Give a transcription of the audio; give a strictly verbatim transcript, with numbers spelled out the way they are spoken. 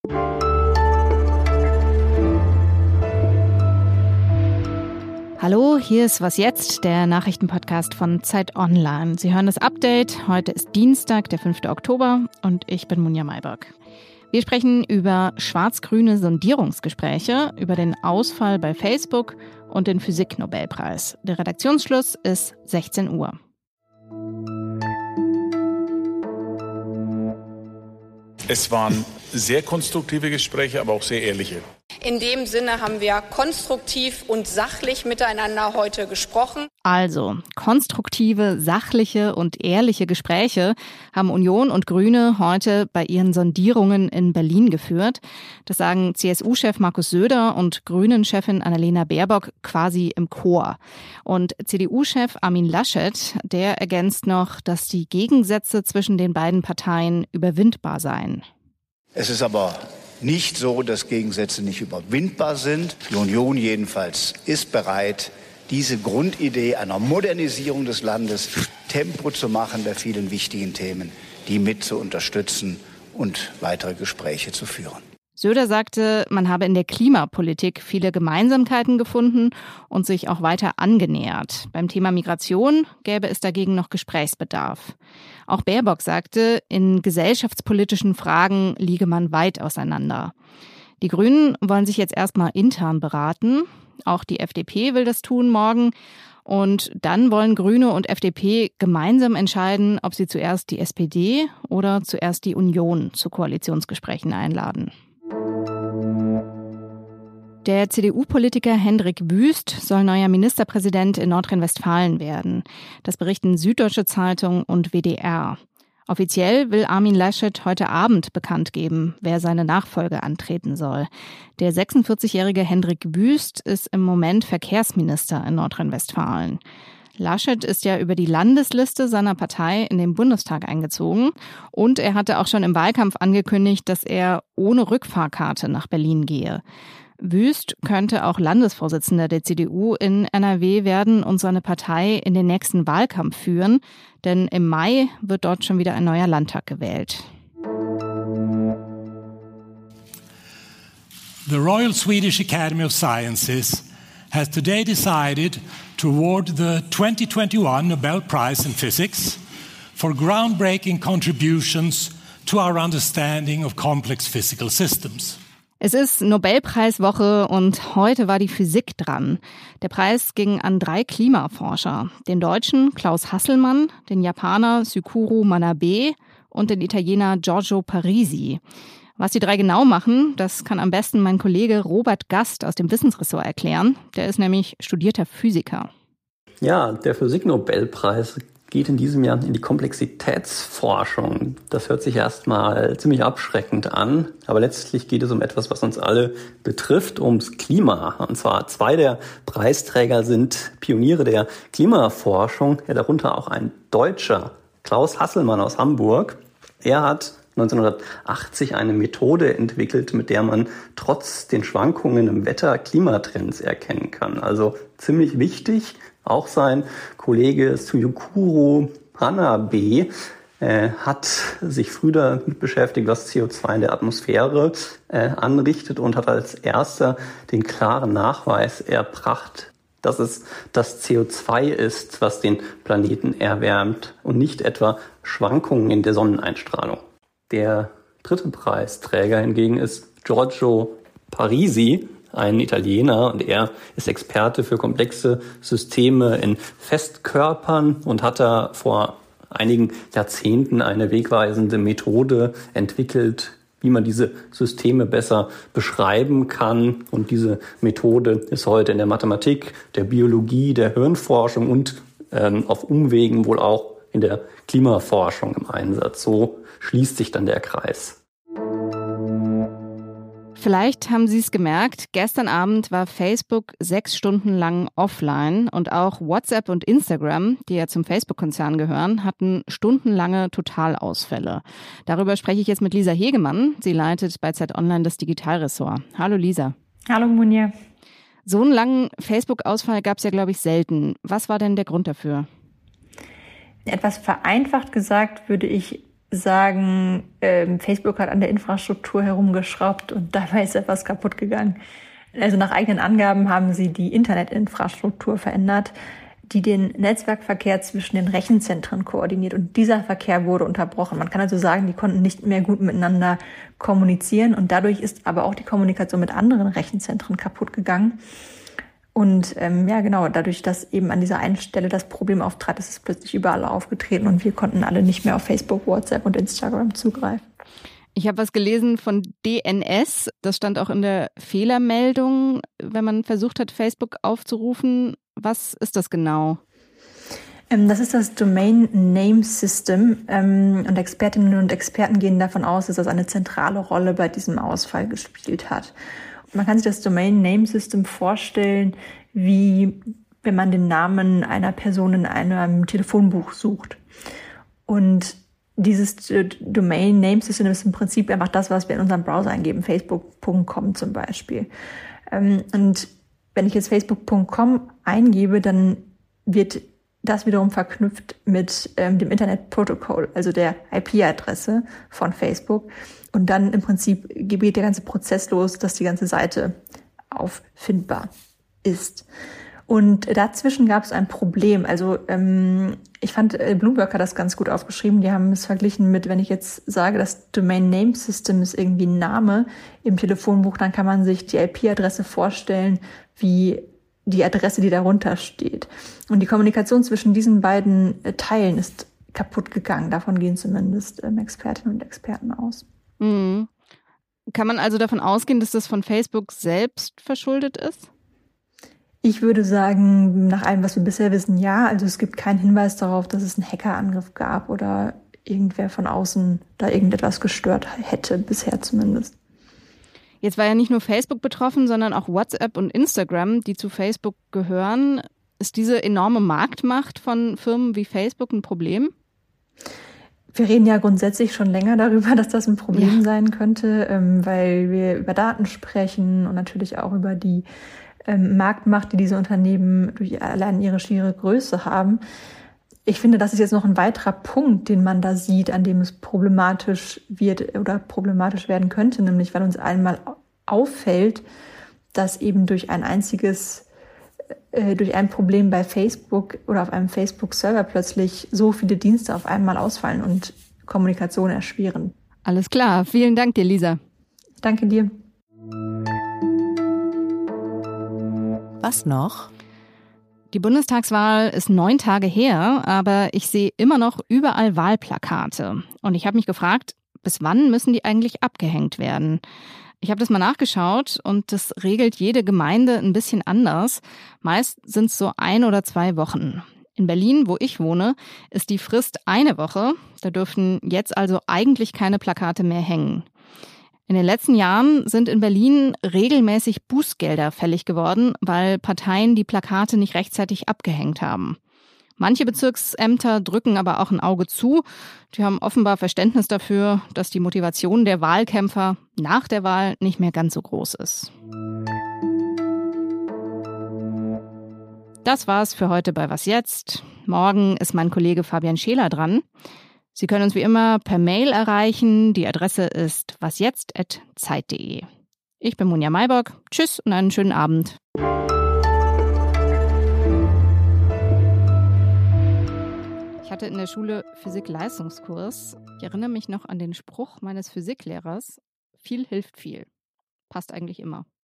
Hallo, hier ist Was jetzt, der Nachrichtenpodcast von Zeit Online. Sie hören das Update. Heute ist Dienstag, der fünfte Oktober und ich bin Munja Mayberg. Wir sprechen über schwarz-grüne Sondierungsgespräche, über den Ausfall bei Facebook und den Physik-Nobelpreis. Der Redaktionsschluss ist sechzehn Uhr. Es waren sehr konstruktive Gespräche, aber auch sehr ehrliche. In dem Sinne haben wir konstruktiv und sachlich miteinander heute gesprochen. Also, konstruktive, sachliche und ehrliche Gespräche haben Union und Grüne heute bei ihren Sondierungen in Berlin geführt. Das sagen C S U-Chef Markus Söder und Grünen-Chefin Annalena Baerbock quasi im Chor. Und C D U-Chef Armin Laschet, der ergänzt noch, dass die Gegensätze zwischen den beiden Parteien überwindbar seien. Es ist aber nicht so, dass Gegensätze nicht überwindbar sind. Die Union jedenfalls ist bereit, diese Grundidee einer Modernisierung des Landes Tempo zu machen bei vielen wichtigen Themen, die mit zu unterstützen und weitere Gespräche zu führen. Söder sagte, man habe in der Klimapolitik viele Gemeinsamkeiten gefunden und sich auch weiter angenähert. Beim Thema Migration gäbe es dagegen noch Gesprächsbedarf. Auch Baerbock sagte, in gesellschaftspolitischen Fragen liege man weit auseinander. Die Grünen wollen sich jetzt erstmal intern beraten. Auch die F D P will das tun morgen. Und dann wollen Grüne und F D P gemeinsam entscheiden, ob sie zuerst die S P D oder zuerst die Union zu Koalitionsgesprächen einladen. Der C D U-Politiker Hendrik Wüst soll neuer Ministerpräsident in Nordrhein-Westfalen werden. Das berichten Süddeutsche Zeitung und W D R. Offiziell will Armin Laschet heute Abend bekannt geben, wer seine Nachfolge antreten soll. Der sechsundvierzigjährige Hendrik Wüst ist im Moment Verkehrsminister in Nordrhein-Westfalen. Laschet ist ja über die Landesliste seiner Partei in den Bundestag eingezogen und er hatte auch schon im Wahlkampf angekündigt, dass er ohne Rückfahrkarte nach Berlin gehe. Wüst könnte auch Landesvorsitzender der C D U in N R W werden und seine Partei in den nächsten Wahlkampf führen, denn im Mai wird dort schon wieder ein neuer Landtag gewählt. The Royal Swedish Academy of Sciences has today decided to award the twenty twenty-one Nobel Prize in Physics for groundbreaking contributions to our understanding of complex physical systems. Es ist Nobelpreiswoche und heute war die Physik dran. Der Preis ging an drei Klimaforscher, den Deutschen Klaus Hasselmann, den Japaner Sukuro Manabe und den Italiener Giorgio Parisi. Was die drei genau machen, das kann am besten mein Kollege Robert Gast aus dem Wissensressort erklären. Der ist nämlich studierter Physiker. Ja, der Physik-Nobelpreis geht in diesem Jahr in die Komplexitätsforschung. Das hört sich erstmal ziemlich abschreckend an, aber letztlich geht es um etwas, was uns alle betrifft, ums Klima. Und zwar zwei der Preisträger sind Pioniere der Klimaforschung, ja, darunter auch ein Deutscher, Klaus Hasselmann aus Hamburg. Er hat neunzehnhundertachtzig eine Methode entwickelt, mit der man trotz den Schwankungen im Wetter Klimatrends erkennen kann. Also ziemlich wichtig. Auch sein Kollege Sukuro Manabe äh, hat sich früh damit beschäftigt, was C O zwei in der Atmosphäre äh, anrichtet und hat als erster den klaren Nachweis erbracht, dass es das C O zwei ist, was den Planeten erwärmt und nicht etwa Schwankungen in der Sonneneinstrahlung. Der dritte Preisträger hingegen ist Giorgio Parisi, ein Italiener, und er ist Experte für komplexe Systeme in Festkörpern und hat da vor einigen Jahrzehnten eine wegweisende Methode entwickelt, wie man diese Systeme besser beschreiben kann. Und diese Methode ist heute in der Mathematik, der Biologie, der Hirnforschung und ähm, auf Umwegen wohl auch in der Klimaforschung im Einsatz. So schließt sich dann der Kreis. Vielleicht haben Sie es gemerkt, gestern Abend war Facebook sechs Stunden lang offline und auch WhatsApp und Instagram, die ja zum Facebook-Konzern gehören, hatten stundenlange Totalausfälle. Darüber spreche ich jetzt mit Lisa Hegemann. Sie leitet bei Zeit Online das Digitalressort. Hallo Lisa. Hallo Munja. So einen langen Facebook-Ausfall gab es ja, glaube ich, selten. Was war denn der Grund dafür? Etwas vereinfacht gesagt würde ich sagen, äh, Facebook hat an der Infrastruktur herumgeschraubt und dabei ist etwas kaputt gegangen. Also nach eigenen Angaben haben sie die Internetinfrastruktur verändert, die den Netzwerkverkehr zwischen den Rechenzentren koordiniert. Und dieser Verkehr wurde unterbrochen. Man kann also sagen, die konnten nicht mehr gut miteinander kommunizieren. Und dadurch ist aber auch die Kommunikation mit anderen Rechenzentren kaputt gegangen. Und ähm, ja, genau, dadurch, dass eben an dieser einen Stelle das Problem auftrat, ist es plötzlich überall aufgetreten. Und wir konnten alle nicht mehr auf Facebook, WhatsApp und Instagram zugreifen. Ich habe was gelesen von D N S. Das stand auch in der Fehlermeldung, wenn man versucht hat, Facebook aufzurufen. Was ist das genau? Das ist das Domain Name System. Und Expertinnen und Experten gehen davon aus, dass das eine zentrale Rolle bei diesem Ausfall gespielt hat. Man kann sich das Domain Name System vorstellen, wie wenn man den Namen einer Person in einem Telefonbuch sucht. Und dieses Domain Name System ist im Prinzip einfach das, was wir in unserem Browser eingeben, facebook punkt com zum Beispiel. Und wenn ich jetzt facebook punkt com eingebe, dann wird das wiederum verknüpft mit ähm, dem Internetprotokoll, also der I P-Adresse von Facebook. Und dann im Prinzip geht der ganze Prozess los, dass die ganze Seite auffindbar ist. Und dazwischen gab es ein Problem. Also ähm, ich fand, äh, Bloomberg hat das ganz gut aufgeschrieben. Die haben es verglichen mit, wenn ich jetzt sage, das Domain Name System ist irgendwie ein Name im Telefonbuch, dann kann man sich die I P-Adresse vorstellen wie die Adresse, die darunter steht. Und die Kommunikation zwischen diesen beiden äh, Teilen ist kaputt gegangen. Davon gehen zumindest ähm, Expertinnen und Experten aus. Mhm. Kann man also davon ausgehen, dass das von Facebook selbst verschuldet ist? Ich würde sagen, nach allem, was wir bisher wissen, ja. Also es gibt keinen Hinweis darauf, dass es einen Hackerangriff gab oder irgendwer von außen da irgendetwas gestört hätte, bisher zumindest. Jetzt war ja nicht nur Facebook betroffen, sondern auch WhatsApp und Instagram, die zu Facebook gehören. Ist diese enorme Marktmacht von Firmen wie Facebook ein Problem? Wir reden ja grundsätzlich schon länger darüber, dass das ein Problem ja. sein könnte, weil wir über Daten sprechen und natürlich auch über die Marktmacht, die diese Unternehmen durch allein ihre schiere Größe haben. Ich finde, das ist jetzt noch ein weiterer Punkt, den man da sieht, an dem es problematisch wird oder problematisch werden könnte, nämlich weil uns einmal auffällt, dass eben durch ein einziges, äh, durch ein Problem bei Facebook oder auf einem Facebook-Server plötzlich so viele Dienste auf einmal ausfallen und Kommunikation erschweren. Alles klar. Vielen Dank dir, Lisa. Danke dir. Was noch? Die Bundestagswahl ist neun Tage her, aber ich sehe immer noch überall Wahlplakate. Und ich habe mich gefragt, bis wann müssen die eigentlich abgehängt werden? Ich habe das mal nachgeschaut und das regelt jede Gemeinde ein bisschen anders. Meist sind es so ein oder zwei Wochen. In Berlin, wo ich wohne, ist die Frist eine Woche. Da dürfen jetzt also eigentlich keine Plakate mehr hängen. In den letzten Jahren sind in Berlin regelmäßig Bußgelder fällig geworden, weil Parteien die Plakate nicht rechtzeitig abgehängt haben. Manche Bezirksämter drücken aber auch ein Auge zu. Die haben offenbar Verständnis dafür, dass die Motivation der Wahlkämpfer nach der Wahl nicht mehr ganz so groß ist. Das war's für heute bei Was jetzt? Morgen ist mein Kollege Fabian Scheler dran. Sie können uns wie immer per Mail erreichen. Die Adresse ist wasjetzt at zeit punkt de. Ich bin Monja Maybock. Tschüss und einen schönen Abend. Ich hatte in der Schule Physik-Leistungskurs. Ich erinnere mich noch an den Spruch meines Physiklehrers: Viel hilft viel. Passt eigentlich immer.